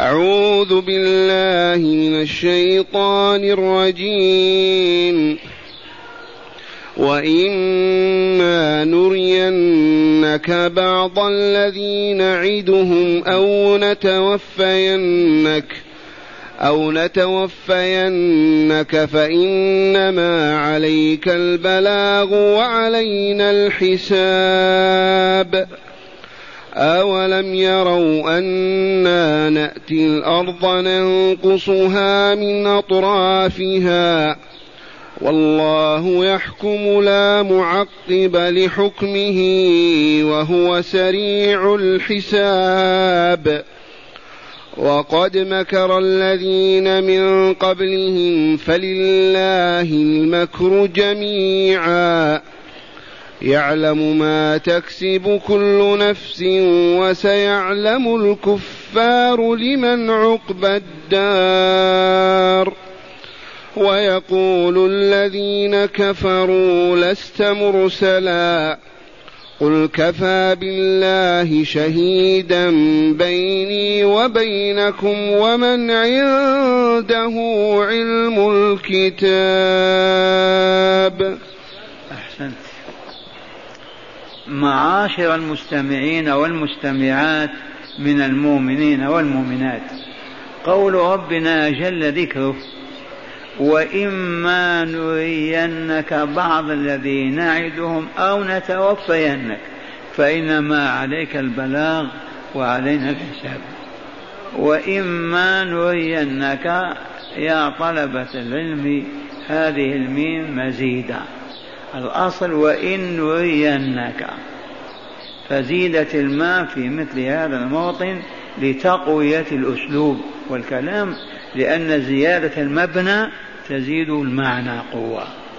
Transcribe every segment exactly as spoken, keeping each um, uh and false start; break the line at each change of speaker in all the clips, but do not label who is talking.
أعوذ بالله من الشيطان الرجيم وإما نرينك بعض الذي نعدهم أو نتوفينك أو نتوفينك فإنما عليك البلاغ وعلينا الحساب أولم يروا أنا نأتي الأرض ننقصها من أطرافها والله يحكم لا معقب لحكمه وهو سريع الحساب وقد مكر الذين من قبلهم فلله المكر جميعا يعلم ما تكسب كل نفس وسيعلم الكفار لمن عقبى الدار ويقول الذين كفروا لست مرسلا قل كفى بالله شهيدا بيني وبينكم ومن عنده علم الكتاب.
أحسنت. معاشر المستمعين والمستمعات من المؤمنين والمؤمنات، قول ربنا جل ذكره وإما نرينك بعض الذي نعدهم أو نتوفينك فإنما عليك البلاغ وعلينا الحساب. وإما نرينك يا طلبة العلم هذه الميم مزيدة، الأصل وإن نرينك، فزيدت الماء في مثل هذا الموطن لتقوية الأسلوب والكلام، لأن زيادة المبنى تزيد المعنى قوة.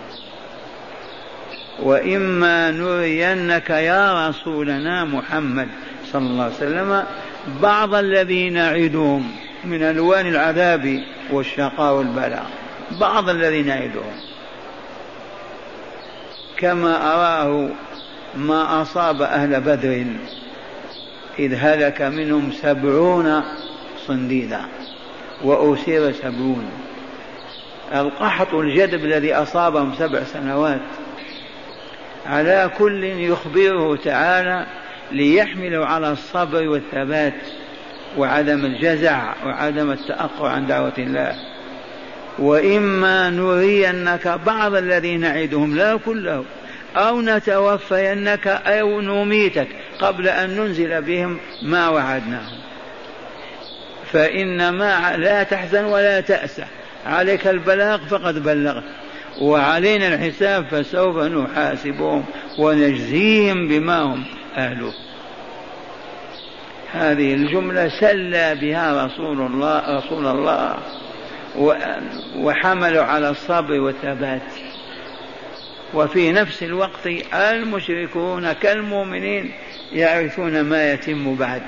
وإما نرينك يا رسولنا محمد صلى الله عليه وسلم بعض الذي نعدهم من ألوان العذاب والشقاء والبلاء، بعض الذي نعدهم كما أراه ما أصاب أهل بدر إذ هلك منهم سبعون صنديدا وأسير سبعون. القحط الجدب الذي أصابهم سبع سنوات. على كل يخبره تعالى ليحملوا على الصبر والثبات وعدم الجزع وعدم التأخر عن دعوة الله. وإما نرينك بعض الذي نعدهم لا كله أو نتوفينك أو نميتك قبل أن ننزل بهم ما وعدناهم فإنما لا تحزن ولا تأسى، عليك البلاغ فقد بلغت وعلينا الحساب فسوف نحاسبهم ونجزيهم بما هم أهله. هذه الجملة سلى بها رسول الله رسول الله وحملوا على الصبر والثبات. وفي نفس الوقت المشركون كالمؤمنين يعرفون ما يتم بعد.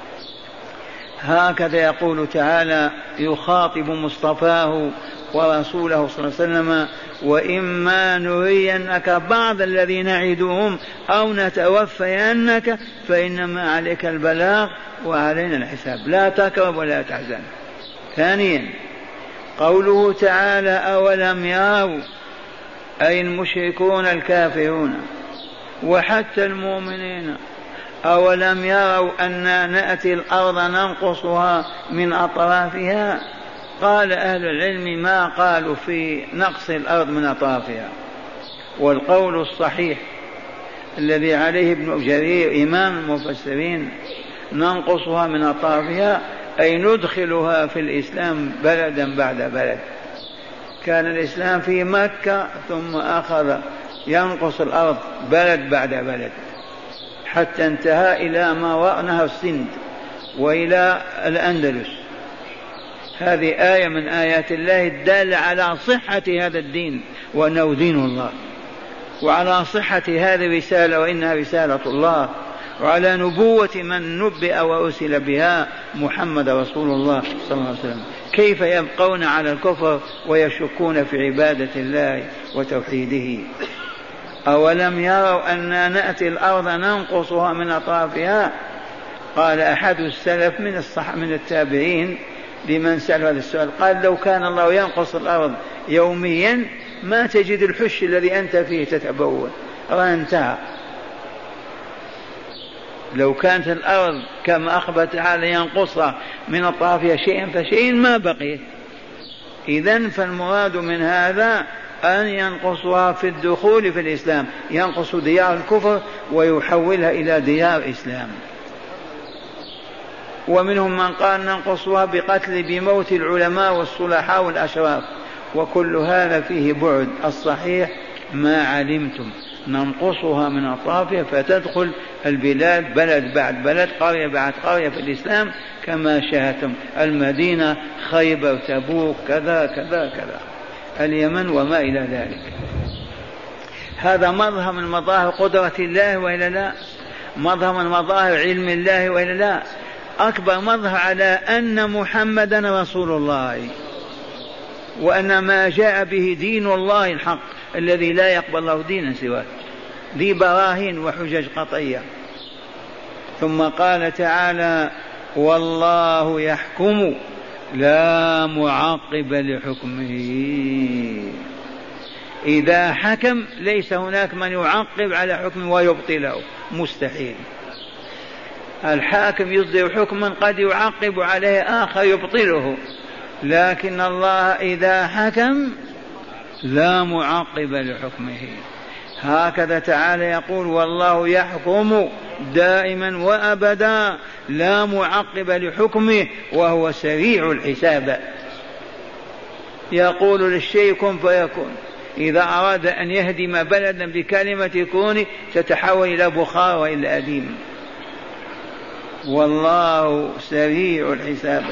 هكذا يقول تعالى يخاطب مصطفاه ورسوله صلى الله عليه وسلم وإما نرينك بعض الذين نعدهم أو نتوفينك فإنما عليك البلاغ وعلينا الحساب، لا تكرب ولا تحزن. ثانيا قوله تعالى أولم يروا، أي المشركون الكافرون وحتى المؤمنين، أولم يروا أننا نأتي الأرض ننقصها من أطرافها. قال أهل العلم ما قالوا في نقص الأرض من أطرافها، والقول الصحيح الذي عليه ابن جرير إمام المفسرين ننقصها من أطرافها أي ندخلها في الإسلام بلدا بعد بلد. كان الإسلام في مكة ثم أخذ ينقص الأرض بلد بعد بلد حتى انتهى إلى ما وراء نهر السند وإلى الأندلس. هذه آية من آيات الله الدالة على صحة هذا الدين وأنه دين الله، وعلى صحة هذه الرسالة وإنها رسالة الله، وعلى نبوة من نبئ وأرسل بها محمد رسول الله صلى الله عليه وسلم. كيف يبقون على الكفر ويشكون في عبادة الله وتوحيده؟ أولم يروا أننا نأتي الأرض ننقصها من أطرافها. قال أحد السلف من الصح من التابعين لمن سأل هذا السؤال، قال لو كان الله ينقص الأرض يوميا ما تجد الحش الذي أنت فيه تتبول، وانتهى. لو كانت الأرض كما أخبر تعالى ينقصها من أطرافها شيئا فشيئا ما بقي. إذن فالمراد من هذا أن ينقصها في الدخول في الإسلام، ينقص ديار الكفر ويحولها إلى ديار إسلام. ومنهم من قال ننقصها بقتل بموت العلماء والصلحاء والأشراف، وكل هذا فيه بعد. الصحيح ما علمتم، ننقصها من أطرافها فتدخل البلاد بلد بعد بلد، قرية بعد قرية في الإسلام كما شاهدتم، المدينة، خيبر، تبوك، كذا كذا كذا، اليمن وما إلى ذلك. هذا مظهر من مظاهر قدرة الله وإلا لا؟ مظهر من مظاهر علم الله وإلا لا؟ أكبر مظهر على أن محمدا رسول الله، وأن ما جاء به دين الله الحق الذي لا يقبل الله دينا سواه، ذي براهين وحجج قطعية. ثم قال تعالى والله يحكم لا معقب لحكمه. إذا حكم ليس هناك من يعقب على حكمه ويبطله، مستحيل. الحاكم يصدر حكما قد يعقب عليه آخر يبطله، لكن الله إذا حكم لا معقب لحكمه. هكذا تعالى يقول والله يحكم دائما وأبدا لا معقب لحكمه وهو سريع الحساب. يقول للشيء كن فيكون، إذا أراد أن يهدم بلدا بكلمة كون تتحول إلى بخار وإلى أديم. والله سريع الحساب.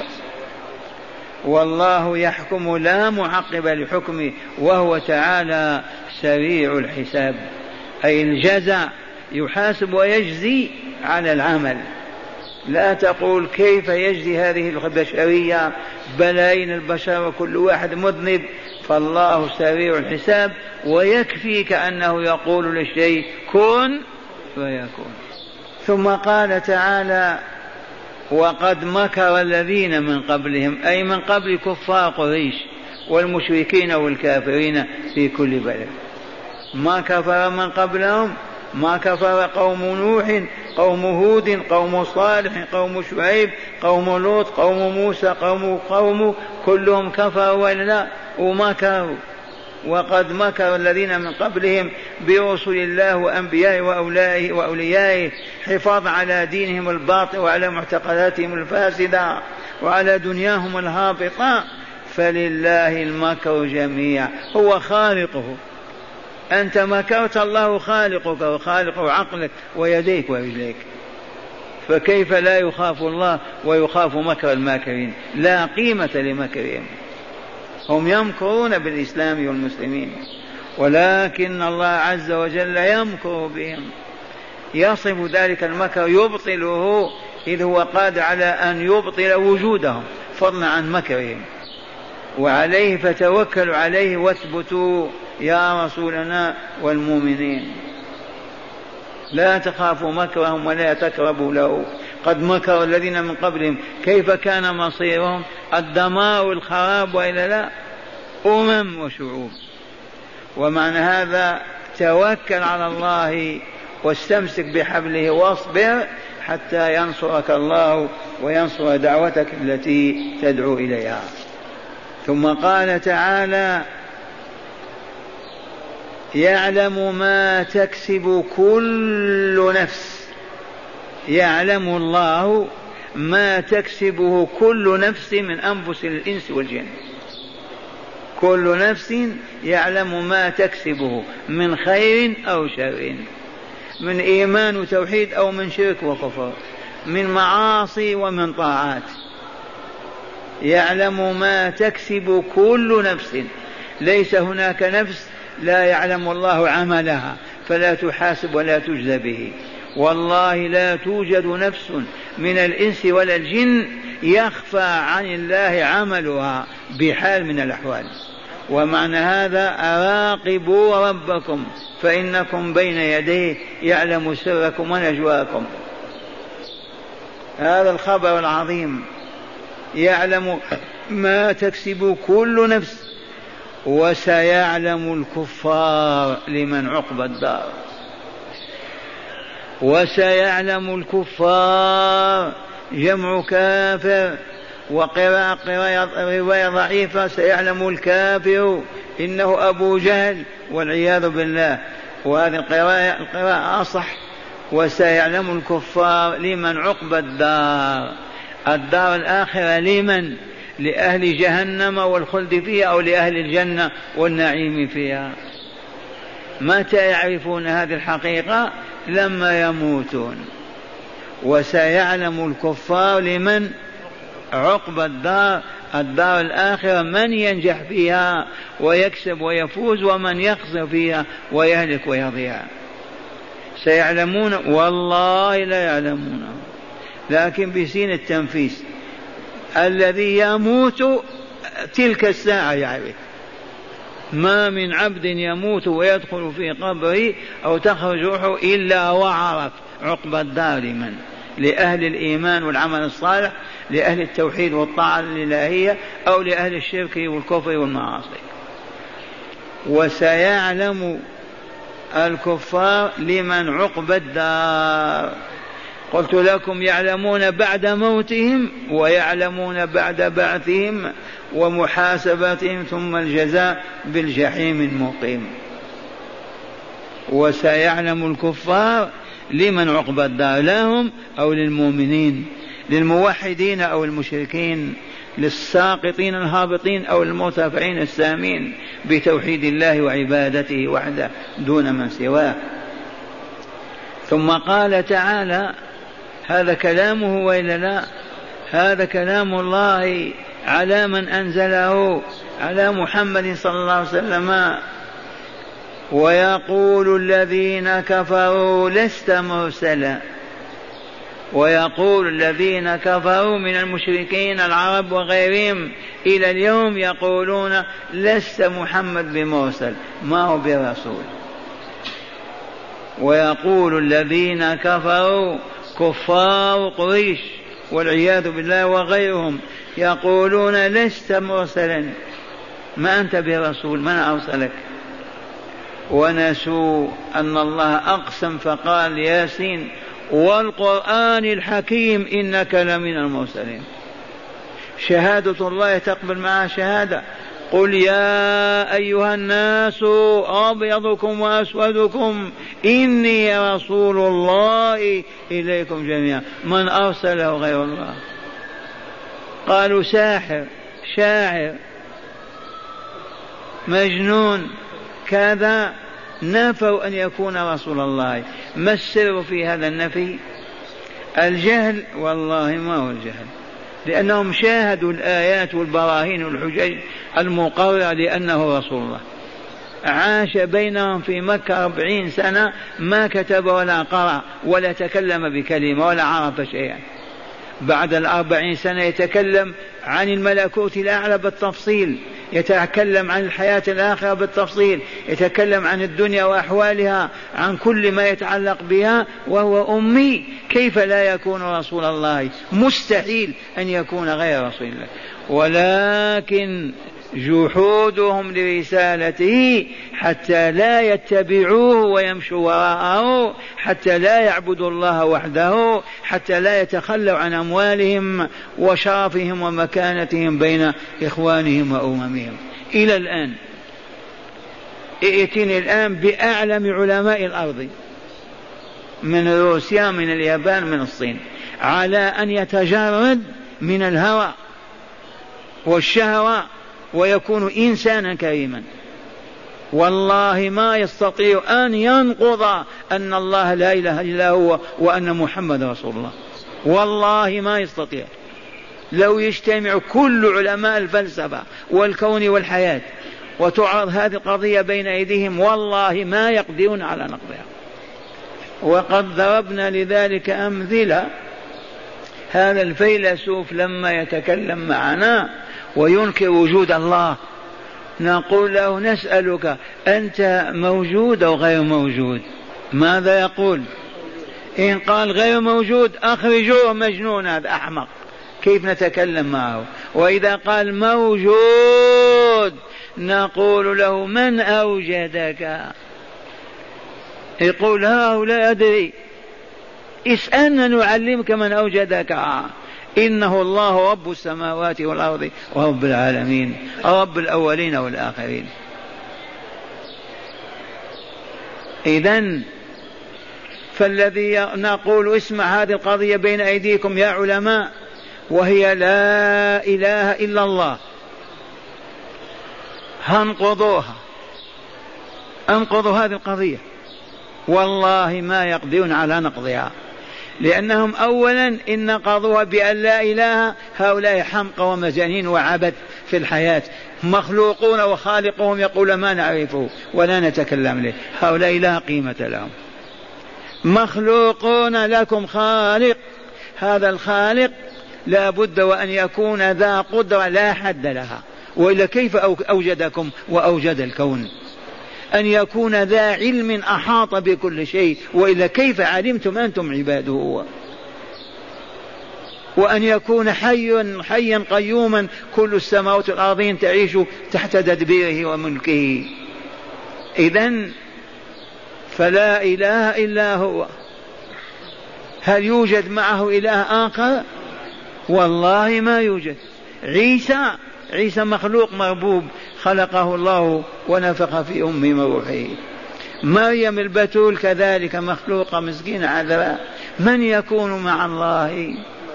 والله يحكم لا معقب لحكمه وهو تعالى سريع الحساب، أي الجزاء، يحاسب ويجزي على العمل. لا تقول كيف يجزي هذه البشرية، بلايين البشر وكل واحد مذنب، فالله سريع الحساب، ويكفيك أنه يقول للشيء كن فيكون. ثم قال تعالى وقد مكر الذين من قبلهم، أي من قبل كفار قريش والمشركين والكافرين في كل بلد. ما كفر من قبلهم، ما كفر قوم نوح، قوم هود، قوم صالح، قوم شعيب، قوم لوط، قوم موسى، قوم قوم كلهم كفروا ولا ومكروا. وقد مكر الذين من قبلهم برسل الله وأنبيائه وأوليائه وأوليائه حفاظ على دينهم الباطل وعلى معتقداتهم الفاسدة وعلى دنياهم الهابطة. فلله المكر جميعا، هو خالقه. أنت مكرت، الله خالقك وخالق عقلك ويديك ورجليك، فكيف لا يخاف الله ويخاف مكر الماكرين؟ لا قيمة لمكرهم. هم يمكرون بالإسلام والمسلمين، ولكن الله عز وجل يمكر بهم، يصف ذلك المكر يبطله، إذ هو قادر على أن يبطل وجودهم فضلا عن مكرهم. وعليه فتوكلوا عليه واثبتوا يا رسولنا والمؤمنين، لا تخافوا مكرهم ولا تقربوا له. قد مكر الذين من قبلهم، كيف كان مصيرهم؟ الدمار والخراب وإلا لا؟ أمم وشعوب. ومعنى هذا توكل على الله واستمسك بحبله واصبر حتى ينصرك الله وينصر دعوتك التي تدعو إليها. ثم قال تعالى يعلم ما تكسب كل نفس، يعلم الله ما تكسبه كل نفس من أنفس الإنس والجن. كل نفس يعلم ما تكسبه من خير أو شر، من إيمان وتوحيد أو من شرك وكفر، من معاصي ومن طاعات. يعلم ما تكسب كل نفس، ليس هناك نفس لا يعلم الله عملها فلا تحاسب ولا تجزى به. والله لا توجد نفس من الإنس ولا الجن يخفى عن الله عملها بحال من الأحوال. ومعنى هذا أراقبوا ربكم فإنكم بين يديه يعلم سركم ونجواكم. هذا الخبر العظيم. يعلم ما تكسب كل نفس. وسيعلم الكفار لمن عقبى الدار. وسيعلم الكفار جمع كافر، وقراءة رواية ضعيفة سيعلم الكافر إنه أبو جهل والعياذ بالله، وهذه القراءة القراءة أصح. وسيعلم الكفار لمن عقبى الدار. الدار الآخرة لمن؟ لأهل جهنم والخلد فيها، أو لأهل الجنة والنعيم فيها. متى يعرفون هذه الحقيقة؟ لما يموتون. وسيعلم الكفار لمن عقبى الدار، الدار الآخرة، من ينجح فيها ويكسب ويفوز، ومن يخسر فيها ويهلك ويضيع. سيعلمون، والله لا يعلمون، لكن بسين التنفيس. الذي يموت تلك الساعة يعرف. ما من عبد يموت ويدخل في قبره أو تخرج روحه إلا وعرف عقبى الدار لمن؟ لأهل الإيمان والعمل الصالح، لأهل التوحيد والطاعة الإلهية، أو لأهل الشرك والكفر والمعاصي. وسيعلم الكفار لمن عقبى الدار. قلت لكم يعلمون بعد موتهم، ويعلمون بعد بعثهم ومحاسبتهم، ثم الجزاء بالجحيم المقيم. وسيعلم الكفار لمن عقبى الدار، لهم أو للمؤمنين، للموحدين أو المشركين، للساقطين الهابطين أو المرتفعين السامين بتوحيد الله وعبادته وحده دون من سواه. ثم قال تعالى، هذا كلامه وإلا لا؟ هذا كلام الله على من أنزله على محمد صلى الله عليه وسلم. ويقول الذين كفروا لست مرسلا. ويقول الذين كفروا من المشركين العرب وغيرهم إلى اليوم يقولون لست محمد بمرسل، ما هو برسول. ويقول الذين كفروا كفار قريش والعياذ بالله وغيرهم يقولون لست مرسلا، ما أنت برسول، من أرسلك؟ ونسوا أن الله أقسم فقال ياسين والقرآن الحكيم إنك لمن المرسلين. شهادة الله تقبل معها شهادة. قل يا أيها الناس أبيضكم وأسودكم إني رسول الله إليكم جميعا. من أرسله غير الله؟ قالوا ساحر، شاعر، مجنون، كذا. نفوا أن يكون رسول الله. ما السر في هذا النفي؟ الجهل، والله ما هو الجهل، لأنهم شاهدوا الآيات والبراهين والحجج المقررة لأنه رسول الله. عاش بينهم في مكة أربعين سنة، ما كتب ولا قرأ ولا تكلم بكلمة ولا عرف شيئا. بعد الأربعين سنة يتكلم عن الملكوت الأعلى بالتفصيل، يتكلم عن الحياة الآخرة بالتفصيل، يتكلم عن الدنيا وأحوالها، عن كل ما يتعلق بها، وهو أمي. كيف لا يكون رسول الله؟ مستحيل أن يكون غير رسول الله. ولكن جحودهم لرسالته حتى لا يتبعوه ويمشوا وراءه، حتى لا يعبدوا الله وحده، حتى لا يتخلوا عن أموالهم وشرفهم ومكانتهم بين إخوانهم وأممهم. إلى الآن ائتني الآن بأعلم علماء الأرض، من روسيا، من اليابان، من الصين، على أن يتجرد من الهوى والشهوة ويكون إنسانا كريما. والله ما يستطيع أن ينقض أن الله لا إله إلا هو وأن محمد رسول الله، والله ما يستطيع. لو يجتمع كل علماء الفلسفة والكون والحياة وتعرض هذه القضية بين أيديهم، والله ما يقدرون على نقضها. وقد ضربنا لذلك أمثلة. هذا الفيلسوف لما يتكلم معنا وينكر وجود الله، نقول له نسألك أنت موجود أو غير موجود؟ ماذا يقول؟ إن قال غير موجود أخرجوه، مجنون، هذا أحمق، كيف نتكلم معه؟ وإذا قال موجود نقول له من أوجدك؟ يقول ها لا أدري. اسألنا نعلمك من أوجدك. إنه الله رب السماوات والأرض ورب العالمين، رب الأولين والآخرين. إذن فالذي نقول اسمع هذه القضية بين أيديكم يا علماء، وهي لا إله إلا الله، هنقضوها، انقضوا هذه القضية، والله ما يقدرون على نقضها، لأنهم أولا إن نقضوها بأن لا إله، هؤلاء حمقى ومجانين وعبث في الحياة، مخلوقون وخالقهم يقول ما نعرفه ولا نتكلم له، هؤلاء لا قيمة لهم. مخلوقون لكم خالق، هذا الخالق لا بد وأن يكون ذا قدرة لا حد لها، وإلا كيف أوجدكم وأوجد الكون؟ أن يكون ذا علم أحاط بكل شيء، وإلا كيف علمتم أنتم عباده هو؟ وأن يكون حي حيا قيوما كل السماوات والأرضين تعيش تحت تدبيره وملكه. إذن فلا إله إلا هو. هل يوجد معه إله آخر؟ والله ما يوجد. عيسى عيسى مخلوق مربوب خلقه الله ونفخ في أمه من روحه. مريم البتول كذلك مخلوقة مسكينة عذراء. من يكون مع الله؟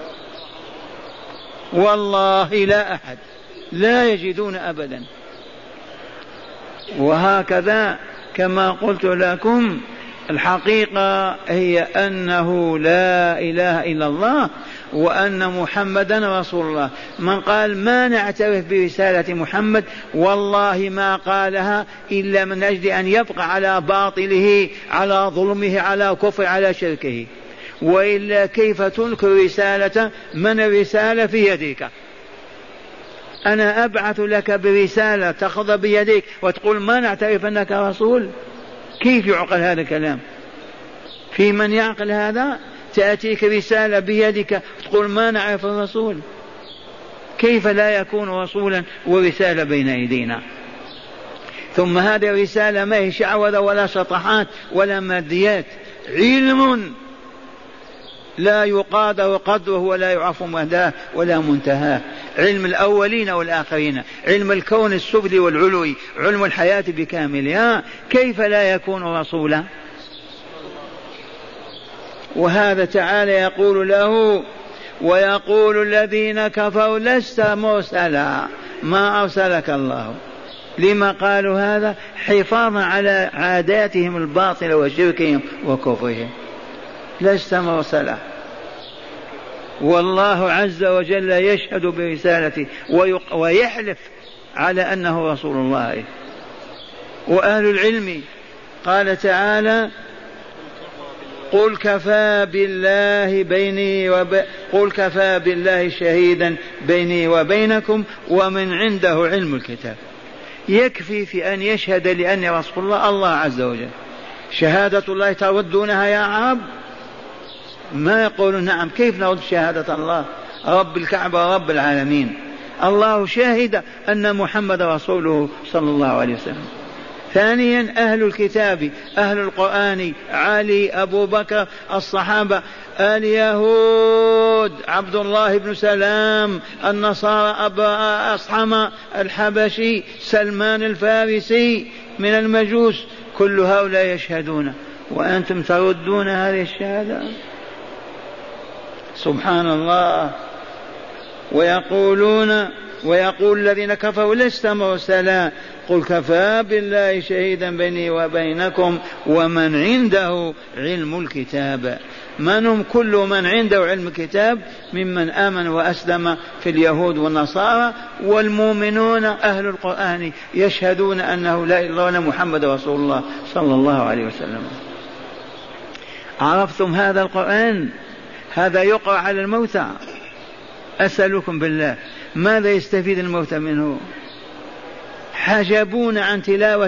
والله لا أحد، لا يجدون أبدا. وهكذا كما قلت لكم الحقيقة هي أنه لا إله إلا الله وأن محمدا رسول الله. من قال ما نعترف برسالة محمد والله ما قالها إلا من أجل أن يبقى على باطله، على ظلمه، على كفر، على شركه، وإلا كيف تنكر رسالة من الرسالة في يديك؟ أنا أبعث لك برسالة تأخذ بيديك وتقول ما نعترف أنك رسول؟ كيف يعقل هذا الكلام؟ في من يعقل هذا؟ تأتيك رسالة بيدك تقول ما نعرف الرسول؟ كيف لا يكون رسولا ورسالة بين أيدينا؟ ثم هذه الرسالة ما هي شعوذة ولا شطحات ولا ماديات، علم لا يقادر قدره ولا يعرف مهداه ولا منتهاه، علم الأولين والآخرين، علم الكون السفلي والعلوي، علم الحياة بكاملها. كيف لا يكون رسولا؟ وهذا تعالى يقول له ويقول الذين كفروا لست مرسلا ما أرسلك الله. لما قالوا هذا؟ حفاظا على عاداتهم الباطلة وشركهم وكفرهم. لست مرسلا، والله عز وجل يشهد برسالته ويحلف على أنه رسول الله. وأهل العلم قال تعالى قل كفى بالله بيني وب... قل كفى بالله شهيدا بيني وبينكم ومن عنده علم الكتاب. يكفي في أن يشهد لأني رسول الله الله عز وجل. شهادة الله تردونها يا عرب؟ ما يقولون نعم. كيف نرد شهادة الله رب الكعبة ورب العالمين؟ الله شاهد أن محمد رسوله صلى الله عليه وسلم. ثانيا أهل الكتاب، أهل القرآن، علي، أبو بكر، الصحابة، اليهود، عبد الله بن سلام، النصارى، أبا أصحم الحبشي، سلمان الفارسي من المجوس، كل هؤلاء يشهدون، وأنتم تردون هذه الشهادة. سبحان الله. ويقولون ويقول الذين كفروا لست مرسلا قل كفى بالله شهيدا بيني وبينكم ومن عنده علم الكتاب. من هم؟ كل من عنده علم الكتاب ممن آمن وأسلم في اليهود والنصارى، والمؤمنون أهل القرآن يشهدون أنه لا إله إلا الله محمد رسول الله صلى الله عليه وسلم. عرفتم هذا القرآن؟ هذا يقرأ على الموتى. أسألكم بالله ماذا يستفيد الموتى منه؟ حجبون عن تلاوة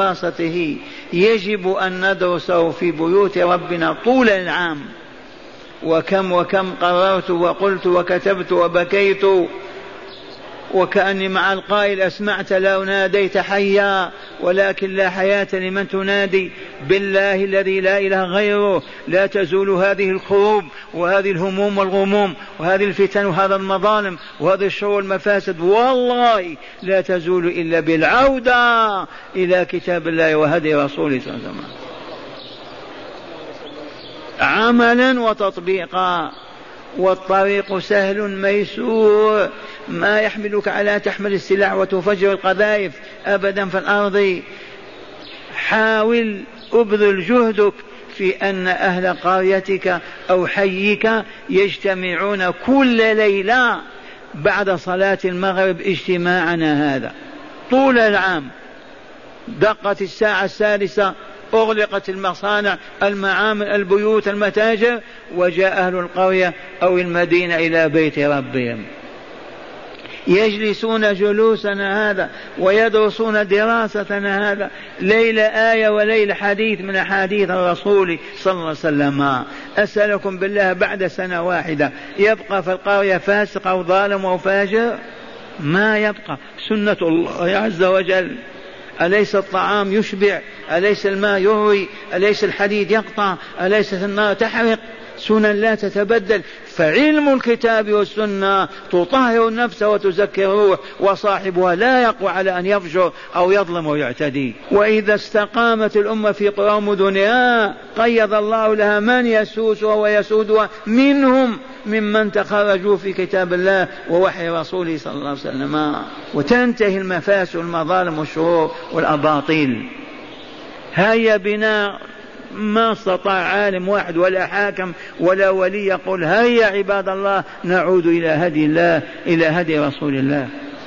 ودراسته. يجب أن ندرسه في بيوت ربنا طول العام، وكم وكم قررت وقلت وكتبت وبكيت وكأني مع القائل أسمعت لو ناديت حيا ولكن لا حياة لمن تنادي. بالله الذي لا إله غيره لا تزول هذه الكروب وهذه الهموم والغموم وهذه الفتن وهذا المظالم وهذه الشر والمفاسد والله لا تزول إلا بالعودة إلى كتاب الله وهدي رسوله صلى الله عليه وسلم عملا وتطبيقا. والطريق سهل ميسور، ما يحملك على تحمل السلاح وتفجر القذائف أبدا في الأرض. حاول أبذل جهدك في أن أهل قريتك أو حيك يجتمعون كل ليلة بعد صلاة المغرب اجتماعنا هذا طول العام. دقت الساعة السادسة أغلقت المصانع المعامل البيوت المتاجر وجاء أهل القرية أو المدينة إلى بيت ربهم يجلسون جلوسنا هذا ويدرسون دراستنا هذا ليلة آية وليلة حديث من أحاديث الرسول صلى الله عليه وسلم. أسألكم بالله بعد سنة واحدة يبقى في القرية فاسق أو ظالم أو فاجر؟ ما يبقى. سنة الله عز وجل. أليس الطعام يشبع؟ أليس الماء يروي؟ أليس الحديد يقطع؟ أليست النار تحرق؟ سنن لا تتبدل. فعلم الكتاب والسنة تطهر النفس وتزكي الروح وصاحبها لا يقوى على أن يفجر أو يظلم ويعتدي. وإذا استقامت الأمة في قرى ومدنها قيض الله لها من يسوسها ويسودها منهم ممن تخرجوا في كتاب الله ووحي رسوله صلى الله عليه وسلم وتنتهي المفاسد والمظالم والشرور والأباطيل. هيا بنا ما استطاع عالم واحد ولا حاكم ولا ولي يقول هيا عباد الله نعود إلى هدي الله إلى هدي رسول الله.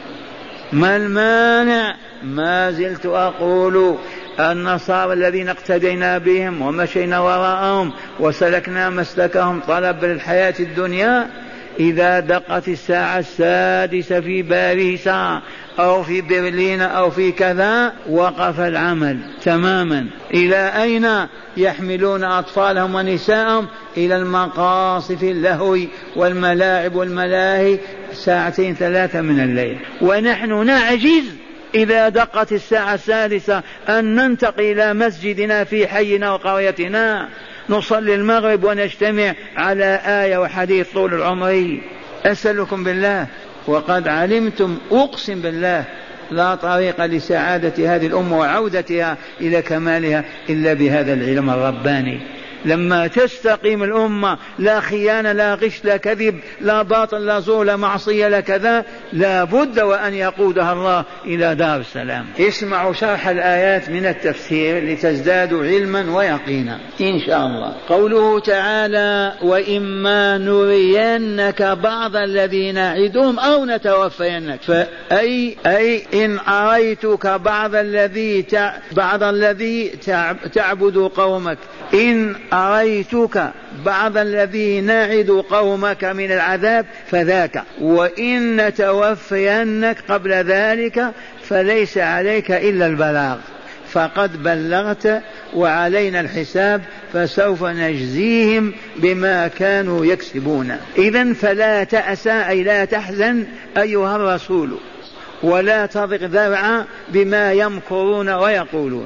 ما المانع؟ ما زلت أقول النصارى الذين اقتدينا بهم ومشينا وراءهم وسلكنا مسلكهم طلب الحياة الدنيا إذا دقت الساعة السادسة في باريس أو في برلين أو في كذا وقف العمل تماما. إلى أين يحملون أطفالهم ونساءهم؟ إلى المقاصف اللهو والملاعب والملاهي ساعتين ثلاثة من الليل. ونحن نعجز إذا دقت الساعة السادسة أن ننتقل إلى مسجدنا في حينا وقريتنا نصلي المغرب ونجتمع على آية وحديث طول العمر. أسألكم بالله وقد علمتم أقسم بالله لا طريق لسعادة هذه الأمة وعودتها إلى كمالها إلا بهذا العلم الرباني. لما تستقيم الأمة لا خيانة لا غش لا كذب لا باطل لا زور لا معصية لا كذا لا بد وأن يقودها الله إلى دار السلام. اسمعوا شرح الآيات من التفسير لتزدادوا علما ويقينا إن شاء الله. قوله تعالى وإما نرينك بعض الذي نعدهم أو نتوفينك فأي أي إن أريتك بعض الذي تع... بعض الذي تع... تعبد قومك إن أريتك بعض الذي نعد قومك من العذاب فذاك وإن نتوفينك قبل ذلك فليس عليك إلا البلاغ فقد بلغت وعلينا الحساب فسوف نجزيهم بما كانوا يكسبون. إذن فلا تأسى أي لا تحزن أيها الرسول ولا تضق ذرعا بما يمكرون ويقولون.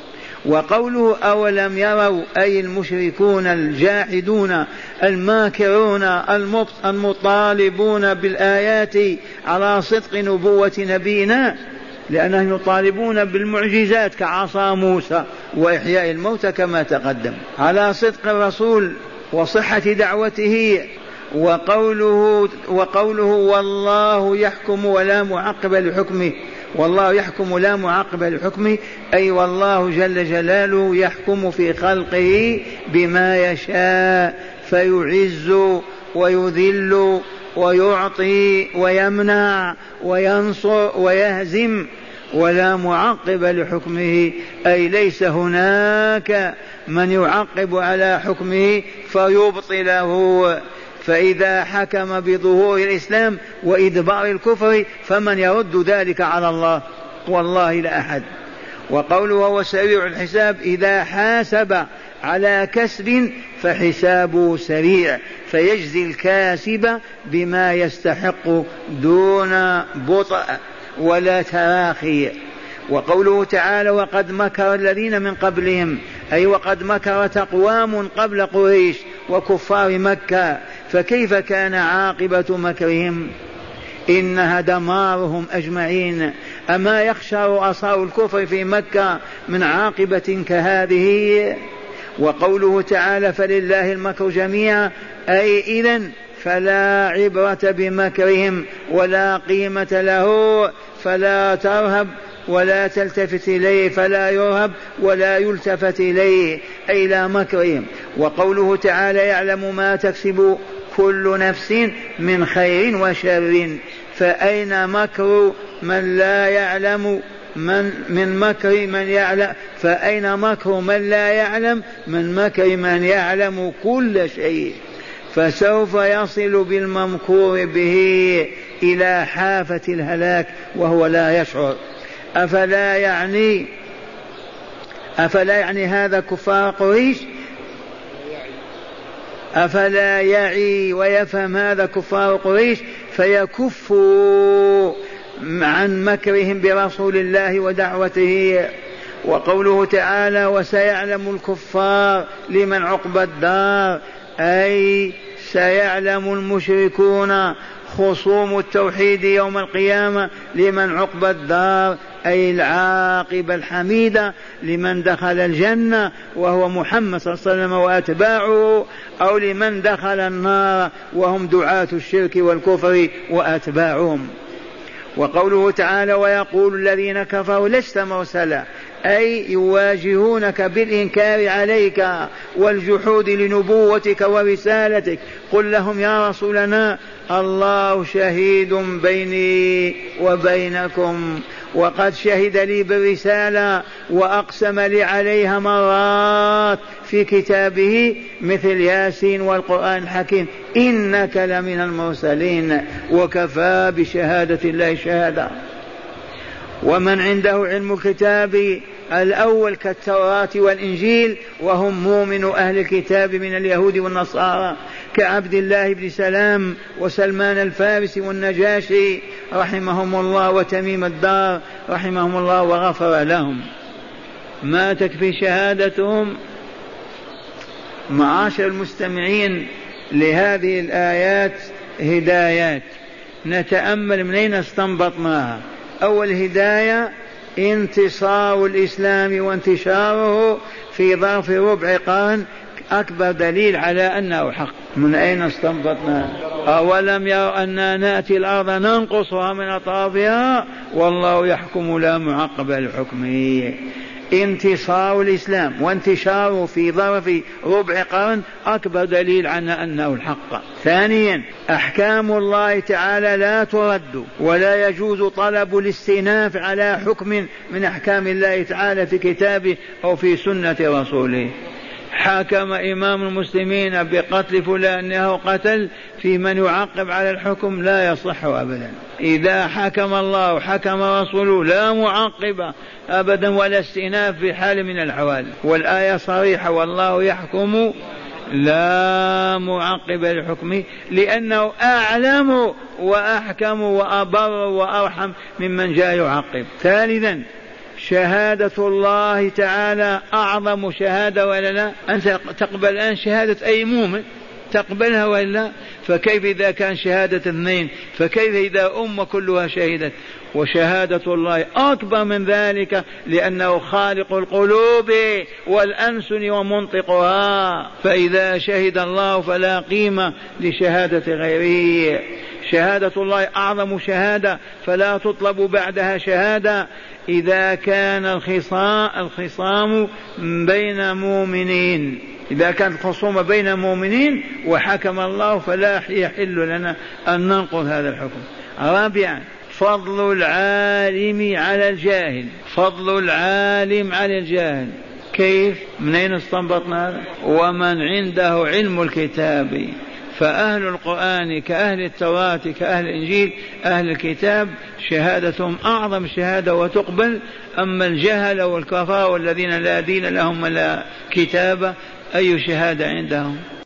وقوله أولم يروا أي المشركون الجاحدون الماكرون المطالبون بالآيات على صدق نبوة نبينا لأنهم يطالبون بالمعجزات كعصا موسى وإحياء الموتى كما تقدم على صدق الرسول وصحة دعوته. وقوله, وقوله والله يحكم ولا معقب لحكمه والله يحكم لا معقب لحكمه أي والله جل جلاله يحكم في خلقه بما يشاء فيعز ويذل ويعطي ويمنع وينصر ويهزم ولا معقب لحكمه أي ليس هناك من يعقب على حكمه فيبطله. فإذا حكم بظهور الإسلام وإدبار الكفر فمن يرد ذلك على الله؟ والله لا أحد. وقوله هو سريع الحساب إذا حاسب على كسب فحسابه سريع، فيجزي الكاسب بما يستحق دون بطء ولا تراخي. وقوله تعالى وقد مكر الذين من قبلهم، أي وقد مكرت أقوام قبل قريش وكفار مكة، فكيف كان عاقبة مكرهم؟ إنها دمارهم أجمعين. أما يخشى رؤساء الكفر في مكة من عاقبة كهذه؟ وقوله تعالى فلله المكر جميعا، أي إذن فلا عبرة بمكرهم ولا قيمة له، فلا ترهب ولا تلتفت إليه، فلا يرهب ولا يلتفت إليه، أي لا مكرهم. وقوله تعالى يعلم ما تكسب كل نفس من خير وشر، فأين مكر من لا يعلم من من مكر من يعلم فأين مكر من لا يعلم من مكر من يعلم كل شيء؟ فسوف يصل بالممكور به إلى حافة الهلاك وهو لا يشعر. أفلا يعني أفلا يعني هذا كفار قريش؟ أفلا يعي ويفهم هذا كفار قريش فيكفوا عن مكرهم برسول الله ودعوته. وقوله تعالى وسيعلم الكفار لمن عقبى الدار، أي سيعلم المشركون خصوم التوحيد يوم القيامة لمن عقبى الدار، أي العاقبة الحميدة لمن دخل الجنة وهو محمد صلى الله عليه وسلم وأتباعه، أو لمن دخل النار وهم دعاة الشرك والكفر وأتباعهم. وقوله تعالى ويقول الذين كفروا لست مرسلا، أي يواجهونك بالإنكار عليك والجحود لنبوتك ورسالتك. قل لهم يا رسولنا الله شهيد بيني وبينكم، وقد شهد لي بالرسالة وأقسم لي عليها مرات في كتابه مثل ياسين والقرآن الحكيم إنك لمن المرسلين، وكفى بشهادة الله شهادة. ومن عنده علم الكتاب الأول كالتوراة والإنجيل وهم مؤمن أهل الكتاب من اليهود والنصارى كعبد الله بن سلام وسلمان الفارسي والنجاشي رحمهم الله وتميم الدار رحمهم الله وغفر لهم، ما تكفي شهادتهم؟ معاشر المستمعين لهذه الآيات هدايات نتأمل من أين استنبطناها. أول هداية انتصار الإسلام وانتشاره في ظرف ربع قرن أكبر دليل على أنه حق. من أين استنبطنا؟ أولم يروا أننا نأتي الأرض ننقصها من أطرافها والله يحكم لا معقب لحكمه. انتصار الإسلام وانتشاره في ظرف ربع قرن أكبر دليل على أنه الحق. ثانيا أحكام الله تعالى لا ترد ولا يجوز طلب الاستئناف على حكم من أحكام الله تعالى في كتابه أو في سنة رسوله. حكم إمام المسلمين بقتل فلان أنه قتل، في من يعقب على الحكم لا يصح أبدا. إذا حكم الله وحكم رسوله لا معقب أبدا ولا استئناف في حال من الأحوال، والآية صريحة والله يحكم لا معقب لحكمه لأنه أعلم وأحكم وأبر وأرحم ممن جاء يعقب. ثالثا شهادة الله تعالى أعظم شهادة ولا لا؟ أنت تقبل الآن شهادة أي مؤمن تقبلها ولا؟ فكيف إذا كان شهادة اثنين؟ فكيف إذا أمة كلها شهدت؟ وشهادة الله أكبر من ذلك لأنه خالق القلوب والأنسن ومنطقها، فإذا شهد الله فلا قيمة لشهادة غيره. شهادة الله أعظم شهادة فلا تطلب بعدها شهادة. إذا كان الخصام, الخصام بين مؤمنين، إذا كانت الخصومة بين مؤمنين وحكم الله فلا يحل لنا أن ننقض هذا الحكم. رابعا فضل العالم على الجاهل، فضل العالم على الجاهل. كيف؟ من أين استنبطنا هذا؟ ومن عنده علم الكتاب فأهل القرآن كأهل التوراة كأهل الإنجيل أهل الكتاب شهادتهم أعظم شهادة وتقبل. أما الجهل والكفار والذين لا دين لهم ولا كتاب أي شهادة عندهم؟